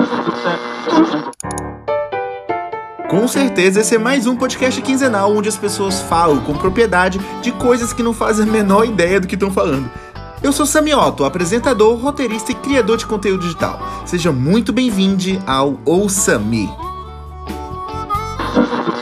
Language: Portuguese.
Com certeza esse é mais um podcast quinzenal onde as pessoas falam com propriedade de coisas que não fazem a menor ideia do que estão falando. Eu sou Samioto, apresentador, roteirista e criador de conteúdo digital. Seja muito bem-vindo ao Ouça-me.